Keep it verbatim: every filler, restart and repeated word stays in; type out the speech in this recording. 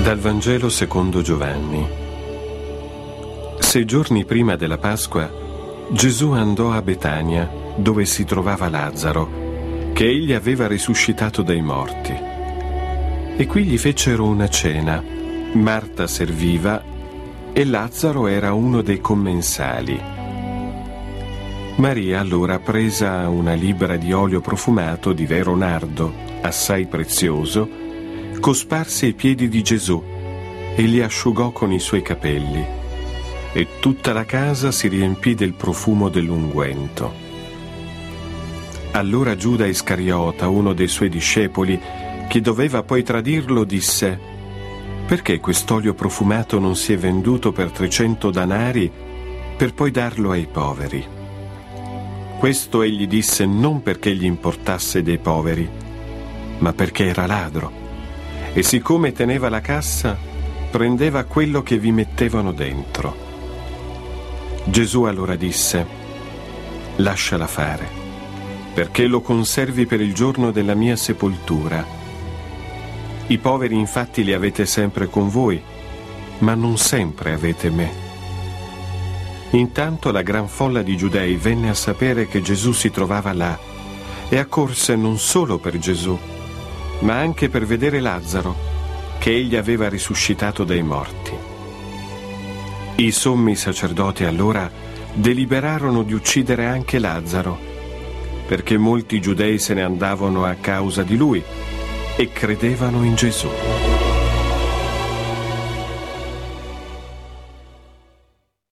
Dal Vangelo secondo Giovanni. Sei giorni prima della Pasqua, Gesù andò a Betania, dove si trovava Lazzaro, che egli aveva risuscitato dai morti. E qui gli fecero una cena. Marta serviva e Lazzaro era uno dei commensali. Maria allora, presa una libbra di olio profumato di vero nardo, assai prezioso, cosparse i piedi di Gesù e li asciugò con i suoi capelli, e tutta la casa si riempì del profumo dell'unguento. Allora Giuda Iscariota, uno dei suoi discepoli, che doveva poi tradirlo, disse: «Perché quest'olio profumato non si è venduto per trecento danari per poi darlo ai poveri?» Questo egli disse non perché gli importasse dei poveri, ma perché era ladro. E siccome teneva la cassa, prendeva quello che vi mettevano dentro. Gesù allora disse: «Lasciala fare, perché lo conservi per il giorno della mia sepoltura. I poveri infatti li avete sempre con voi, ma non sempre avete me». Intanto la gran folla di giudei venne a sapere che Gesù si trovava là e accorse non solo per Gesù, ma anche per vedere Lazzaro, che egli aveva risuscitato dai morti. I sommi sacerdoti allora deliberarono di uccidere anche Lazzaro, perché molti giudei se ne andavano a causa di lui e credevano in Gesù.